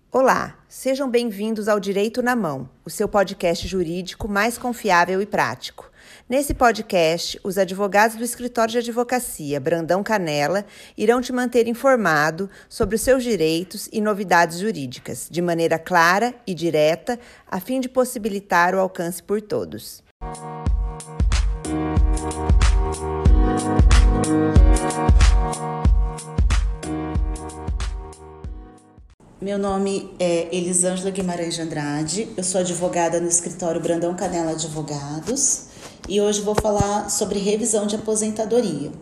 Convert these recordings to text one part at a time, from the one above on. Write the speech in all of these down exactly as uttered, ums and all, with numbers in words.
Olá, sejam bem-vindos ao Direito na Mão, o seu podcast jurídico mais confiável e prático. Nesse podcast, os advogados do Escritório de Advocacia Brandão Canella irão te manter informado sobre os seus direitos e novidades jurídicas, de maneira clara e direta, a fim de possibilitar o alcance por todos. Meu nome é Elisângela Guimarães de Andrade, eu sou advogada no Escritório Brandão Canella Advogados e hoje vou falar sobre revisão de aposentadoria.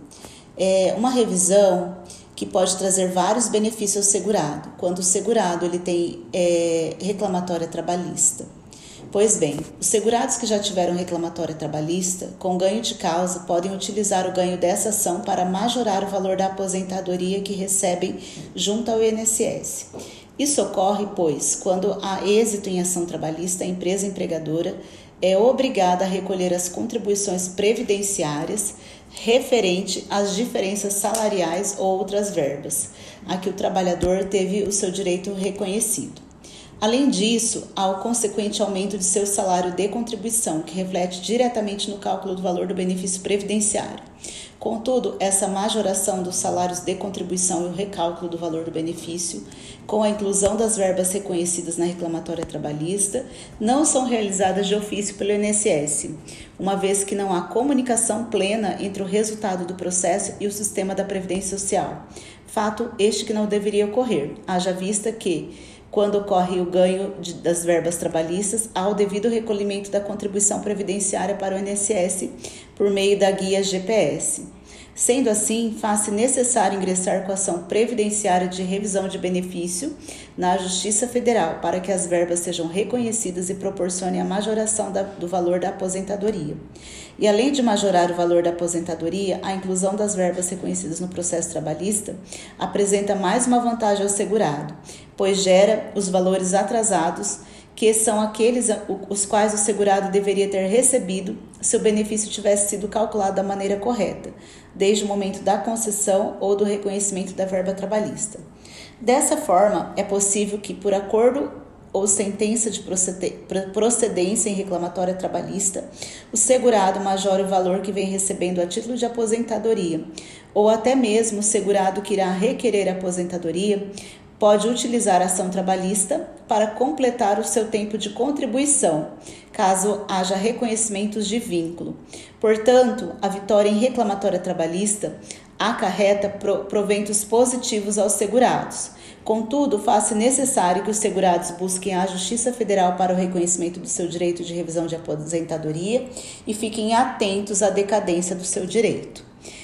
É uma revisão que pode trazer vários benefícios ao segurado, quando o segurado ele tem é, reclamatória trabalhista. Pois bem, os segurados que já tiveram reclamatória trabalhista, com ganho de causa, podem utilizar o ganho dessa ação para majorar o valor da aposentadoria que recebem junto ao I N S S. Isso ocorre, pois, quando há êxito em ação trabalhista, a empresa empregadora é obrigada a recolher as contribuições previdenciárias referente às diferenças salariais ou outras verbas, a que o trabalhador teve o seu direito reconhecido. Além disso, há o consequente aumento de seu salário de contribuição, que reflete diretamente no cálculo do valor do benefício previdenciário. Contudo, essa majoração dos salários de contribuição e o recálculo do valor do benefício, com a inclusão das verbas reconhecidas na reclamatória trabalhista, não são realizadas de ofício pelo I N S S, uma vez que não há comunicação plena entre o resultado do processo e o sistema da Previdência Social. Fato este que não deveria ocorrer, haja vista que, quando ocorre o ganho de, das verbas trabalhistas, há o devido recolhimento da contribuição previdenciária para o I N S S por meio da guia G P S. Sendo assim, faz-se necessário ingressar com a ação previdenciária de revisão de benefício na Justiça Federal para que as verbas sejam reconhecidas e proporcionem a majoração da, do valor da aposentadoria. E além de majorar o valor da aposentadoria, a inclusão das verbas reconhecidas no processo trabalhista apresenta mais uma vantagem ao segurado, pois gera os valores atrasados, que são aqueles os quais o segurado deveria ter recebido se o benefício tivesse sido calculado da maneira correta, desde o momento da concessão ou do reconhecimento da verba trabalhista. Dessa forma, é possível que, por acordo ou sentença de procedência em reclamatória trabalhista, o segurado majore o valor que vem recebendo a título de aposentadoria, ou até mesmo o segurado que irá requerer a aposentadoria pode utilizar a ação trabalhista para completar o seu tempo de contribuição, caso haja reconhecimentos de vínculo. Portanto, a vitória em reclamatória trabalhista acarreta proventos positivos aos segurados. Contudo, faz-se necessário que os segurados busquem a Justiça Federal para o reconhecimento do seu direito de revisão de aposentadoria e fiquem atentos à decadência do seu direito.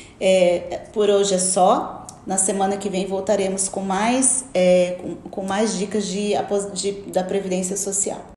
É, por hoje é só. Na semana que vem voltaremos com mais, é, com, com mais dicas de, de, da Previdência Social.